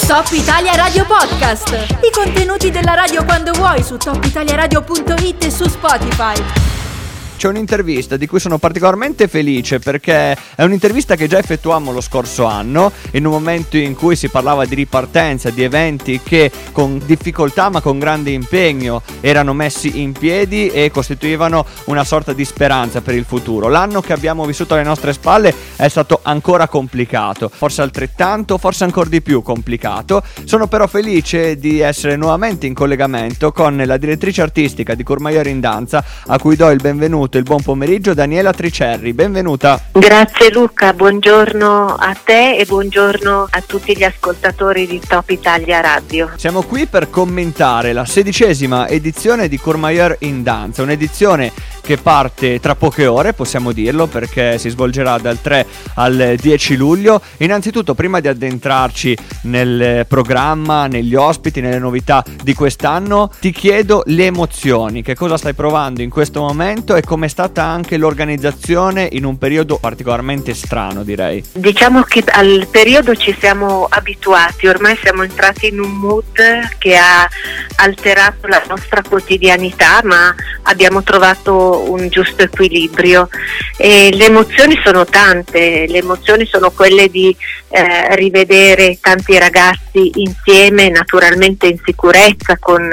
Top Italia Radio Podcast. I contenuti della radio quando vuoi su topitaliaradio.it e su Spotify. C'è un'intervista di cui sono particolarmente felice perché è un'intervista che già effettuammo lo scorso anno, in un momento in cui si parlava di ripartenza, di eventi che con difficoltà ma con grande impegno erano messi in piedi e costituivano una sorta di speranza per il futuro. L'anno che abbiamo vissuto alle nostre spalle è stato ancora complicato, forse altrettanto, forse ancora di più complicato. Sono però felice di essere nuovamente in collegamento con la direttrice artistica di Courmayeur in Danza, a cui do il benvenuto. Il buon pomeriggio, Daniela Tricerri, benvenuta. Grazie Luca, buongiorno a te e buongiorno a tutti gli ascoltatori di Top Italia Radio. Siamo qui per commentare la 16ª edizione di Courmayeur in Danza, un'edizione che parte tra poche ore, possiamo dirlo, perché si svolgerà dal 3 al 10 luglio. Innanzitutto, prima di addentrarci nel programma, negli ospiti, nelle novità di quest'anno, ti chiedo le emozioni, che cosa stai provando in questo momento e come è stata anche l'organizzazione in un periodo particolarmente strano, direi. Diciamo che al periodo ci siamo abituati, ormai siamo entrati in un mood che ha alterato la nostra quotidianità, ma abbiamo trovato un giusto equilibrio e le emozioni sono tante, le emozioni sono quelle di rivedere tanti ragazzi insieme, naturalmente in sicurezza, con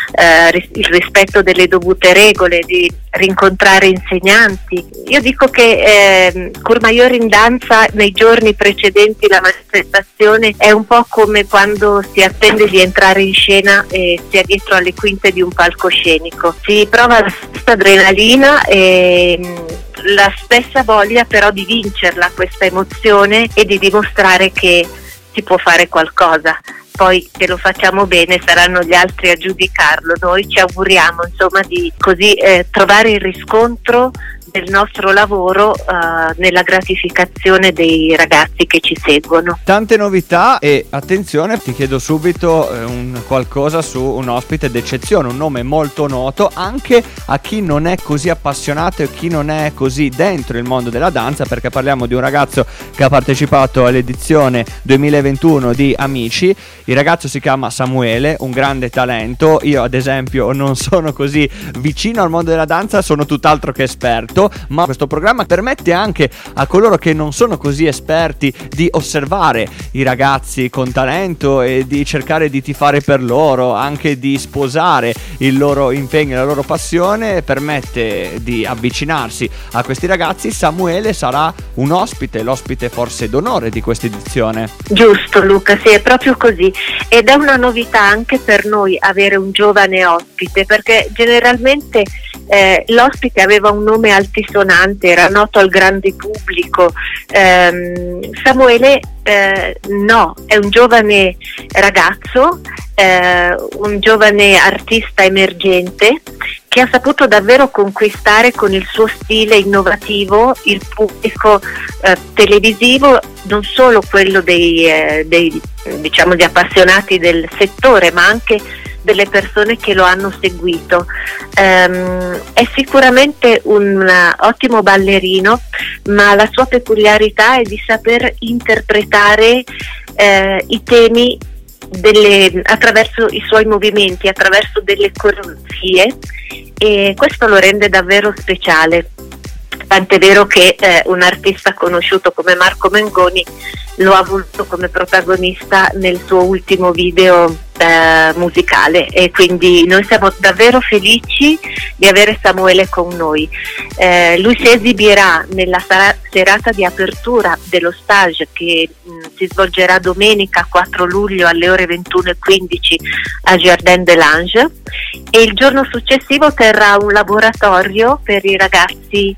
il rispetto delle dovute regole, di rincontrare insegnanti. Io dico che Courmayeur in Danza nei giorni precedenti la manifestazione è un po' come quando si attende di entrare in scena e si è dietro alle quinte di un palcoscenico. Si prova la stessa adrenalina e la stessa voglia però di vincerla questa emozione e di dimostrare che si può fare qualcosa. Poi che lo facciamo bene saranno gli altri a giudicarlo. Noi ci auguriamo insomma di così trovare il riscontro del nostro lavoro nella gratificazione dei ragazzi che ci seguono. Tante novità e attenzione, ti chiedo subito qualcosa su un ospite d'eccezione, un nome molto noto anche a chi non è così appassionato e chi non è così dentro il mondo della danza, perché parliamo di un ragazzo che ha partecipato all'edizione 2021 di Amici. Il ragazzo si chiama Samuele, un grande talento. Io ad esempio non sono così vicino al mondo della danza, sono tutt'altro che esperto, ma questo programma permette anche a coloro che non sono così esperti di osservare i ragazzi con talento e di cercare di tifare per loro, anche di sposare il loro impegno e la loro passione. Permette di avvicinarsi a questi ragazzi. Samuele sarà un ospite, l'ospite forse d'onore di questa edizione. Giusto Luca, sì, è proprio così, ed è una novità anche per noi avere un giovane ospite, perché generalmente l'ospite aveva un nome altisonante, era noto al grande pubblico. Samuele no, è un giovane ragazzo, un giovane artista emergente che ha saputo davvero conquistare con il suo stile innovativo il pubblico televisivo, non solo quello degli appassionati del settore, ma anche delle persone che lo hanno seguito. È sicuramente un ottimo ballerino, ma la sua peculiarità è di saper interpretare i temi attraverso i suoi movimenti, attraverso delle coreografie, e questo lo rende davvero speciale. Tant'è vero che un artista conosciuto come Marco Mengoni lo ha voluto come protagonista nel suo ultimo video musicale, e quindi noi siamo davvero felici di avere Samuele con noi. Lui si esibirà nella serata di apertura dello stage che si svolgerà domenica 4 luglio alle ore 21:15 a Jardin des Langes, e il giorno successivo terrà un laboratorio per i ragazzi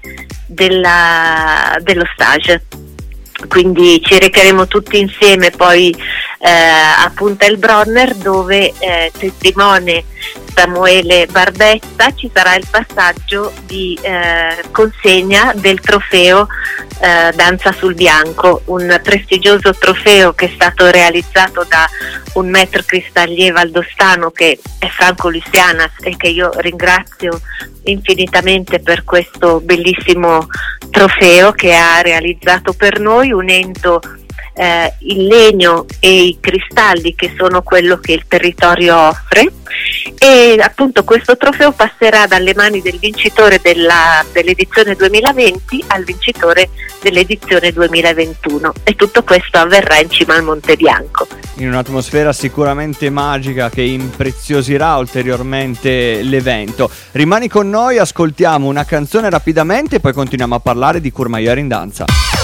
dello stage. Quindi ci recheremo tutti insieme poi a Punta El Bronner, dove testimone Samuele Barbetta ci sarà il passaggio di consegna del trofeo Danza sul Bianco, un prestigioso trofeo che è stato realizzato da un maître cristallier valdostano che è Franco Lucianas, e che io ringrazio infinitamente per questo bellissimo trofeo che ha realizzato per noi, unendo il legno e i cristalli, che sono quello che il territorio offre, e appunto questo trofeo passerà dalle mani del vincitore dell'edizione 2020 al vincitore dell'edizione 2021, e tutto questo avverrà in cima al Monte Bianco. In un'atmosfera sicuramente magica che impreziosirà ulteriormente l'evento. Rimani con noi, ascoltiamo una canzone rapidamente e poi continuiamo a parlare di Courmayeur in danza.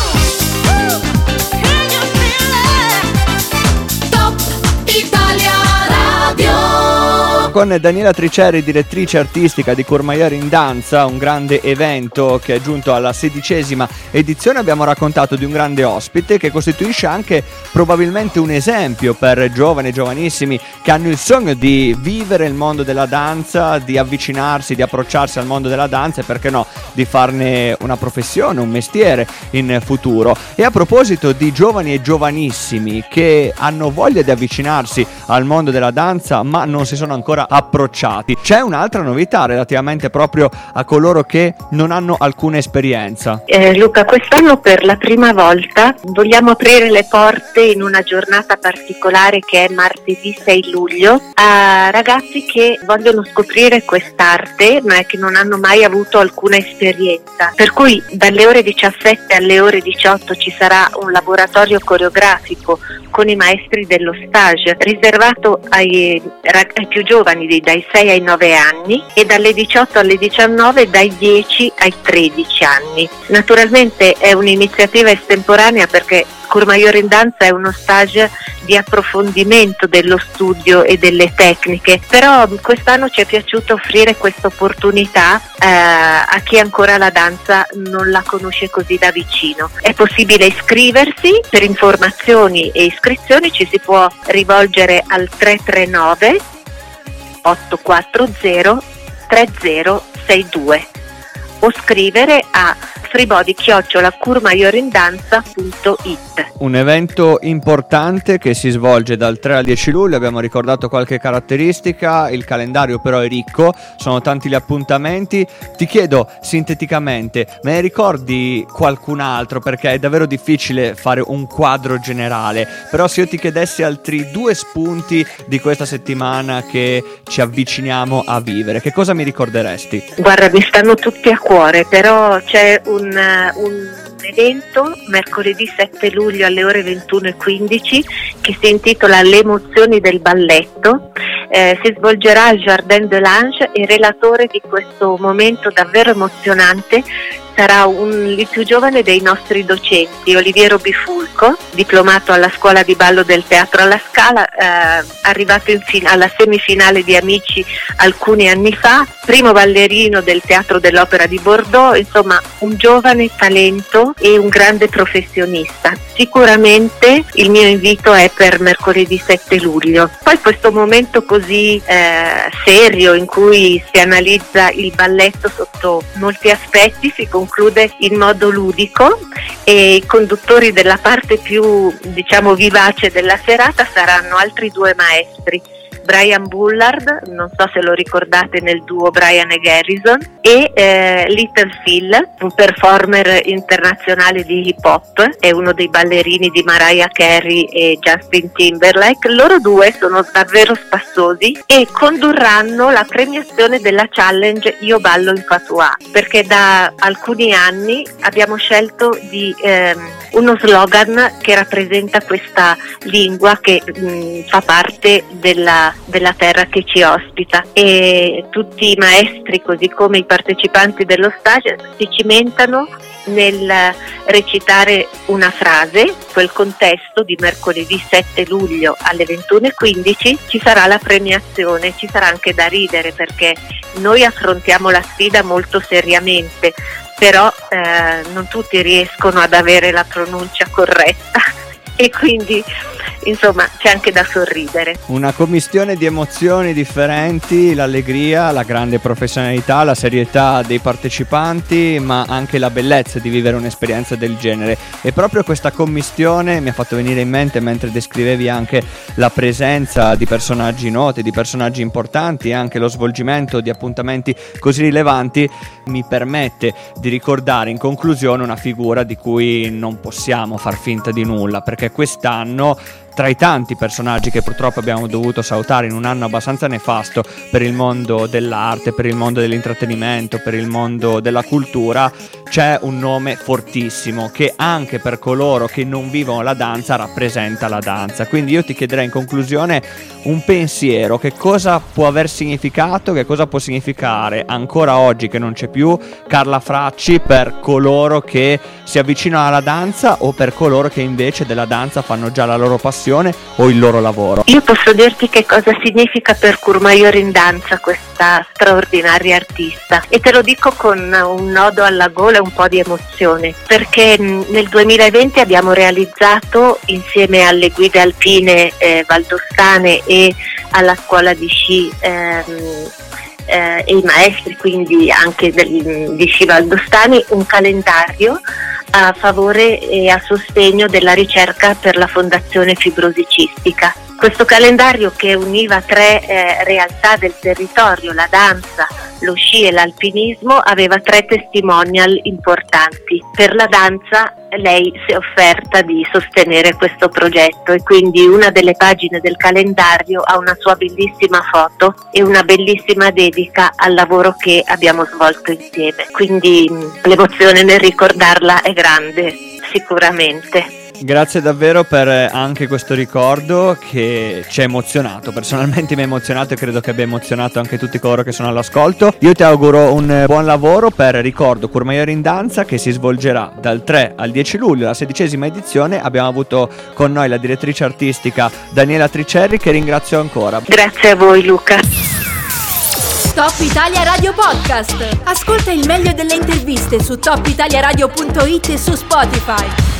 Top Italia Radio. Con Daniela Triceri, direttrice artistica di Courmayeur in danza, un grande evento che è giunto alla 16ª edizione, abbiamo raccontato di un grande ospite che costituisce anche probabilmente un esempio per giovani e giovanissimi che hanno il sogno di vivere il mondo della danza, di avvicinarsi, di approcciarsi al mondo della danza e perché no, di farne una professione, un mestiere in futuro. E a proposito di giovani e giovanissimi che hanno voglia di avvicinarsi al mondo della danza ma non si sono ancora approcciati, c'è un'altra novità relativamente proprio a coloro che non hanno alcuna esperienza. Luca, quest'anno per la prima volta vogliamo aprire le porte in una giornata particolare che è martedì 6 luglio a ragazzi che vogliono scoprire quest'arte ma che non hanno mai avuto alcuna esperienza, per cui dalle ore 17 alle ore 18 ci sarà un laboratorio coreografico con i maestri dello stage riservato ai più giovani dai 6 ai 9 anni e dalle 18 alle 19 dai 10 ai 13 anni. Naturalmente è un'iniziativa estemporanea perché Courmayeur in danza è uno stage di approfondimento dello studio e delle tecniche, però quest'anno ci è piaciuto offrire questa opportunità a chi ancora la danza non la conosce così da vicino. È possibile iscriversi, per informazioni e iscrizioni ci si può rivolgere al 339 840 3062 o scrivere a freebody@courmayeurindanza.it. Un evento importante che si svolge dal 3 al 10 luglio, abbiamo ricordato qualche caratteristica, il calendario però è ricco, sono tanti gli appuntamenti. Ti chiedo sinteticamente, me ne ricordi qualcun altro? Perché è davvero difficile fare un quadro generale, però se io ti chiedessi altri 2 spunti di questa settimana che ci avviciniamo a vivere, che cosa mi ricorderesti? Guarda, mi stanno tutti a cuore, però c'è un evento mercoledì 7 luglio alle ore 21:15 che si intitola Le emozioni del balletto. Si svolgerà al Jardin de l'Ange e relatore di questo momento davvero emozionante sarà il più giovane dei nostri docenti, Oliviero Bifulco, diplomato alla scuola di ballo del Teatro alla Scala, arrivato alla semifinale di Amici alcuni anni fa, primo ballerino del Teatro dell'Opera di Bordeaux, insomma un giovane talento e un grande professionista. Sicuramente il mio invito è per mercoledì 7 luglio. Poi questo momento così serio in cui si analizza il balletto sotto molti aspetti si conclude in modo ludico e i conduttori della parte più, diciamo, vivace della serata saranno altri 2 maestri, Brian Bullard, non so se lo ricordate nel duo Brian e Garrison, e Little Phil, un performer internazionale di hip hop, è uno dei ballerini di Mariah Carey e Justin Timberlake. Loro due sono davvero spassosi e condurranno la premiazione della challenge Io ballo in Patois, perché da alcuni anni abbiamo scelto di uno slogan che rappresenta questa lingua che fa parte della terra che ci ospita, e tutti i maestri così come i partecipanti dello stage si cimentano nel recitare una frase. Quel contesto di mercoledì 7 luglio alle 21:15 ci sarà la premiazione, ci sarà anche da ridere perché noi affrontiamo la sfida molto seriamente, però non tutti riescono ad avere la pronuncia corretta e quindi insomma c'è anche da sorridere. Una commistione di emozioni differenti, l'allegria, la grande professionalità, la serietà dei partecipanti, ma anche la bellezza di vivere un'esperienza del genere. E proprio questa commistione mi ha fatto venire in mente, mentre descrivevi anche la presenza di personaggi noti, di personaggi importanti e anche lo svolgimento di appuntamenti così rilevanti, mi permette di ricordare in conclusione una figura di cui non possiamo far finta di nulla, perché quest'anno, tra i tanti personaggi che purtroppo abbiamo dovuto salutare in un anno abbastanza nefasto per il mondo dell'arte, per il mondo dell'intrattenimento, per il mondo della cultura, c'è un nome fortissimo che anche per coloro che non vivono la danza rappresenta la danza. Quindi io ti chiederei in conclusione un pensiero: che cosa può aver significato, che cosa può significare ancora oggi che non c'è più Carla Fracci per coloro che si avvicinano alla danza o per coloro che invece della danza fanno già la loro passione o il loro lavoro? Io posso dirti che cosa significa per Courmayeur in danza questa straordinaria artista, e te lo dico con un nodo alla gola e un po' di emozione, perché nel 2020 abbiamo realizzato insieme alle guide alpine valdostane e alla scuola di sci e i maestri, quindi anche di sci valdostani, un calendario a favore e a sostegno della ricerca per la Fondazione Fibrosi Cistica. Questo calendario, che univa tre realtà del territorio, la danza, lo sci e l'alpinismo, aveva 3 testimonial importanti. Per la danza lei si è offerta di sostenere questo progetto, e quindi una delle pagine del calendario ha una sua bellissima foto e una bellissima dedica al lavoro che abbiamo svolto insieme. Quindi l'emozione nel ricordarla è grande, sicuramente. Grazie davvero per anche questo ricordo che ci ha emozionato. Personalmente mi ha emozionato e credo che abbia emozionato anche tutti coloro che sono all'ascolto. Io ti auguro un buon lavoro per, ricordo, Courmayeur in danza, che si svolgerà dal 3 al 10 luglio, la 16ª edizione. Abbiamo avuto con noi la direttrice artistica Daniela Tricerri, che ringrazio ancora. Grazie a voi, Luca. Top Italia Radio Podcast. Ascolta il meglio delle interviste su topitaliaradio.it e su Spotify.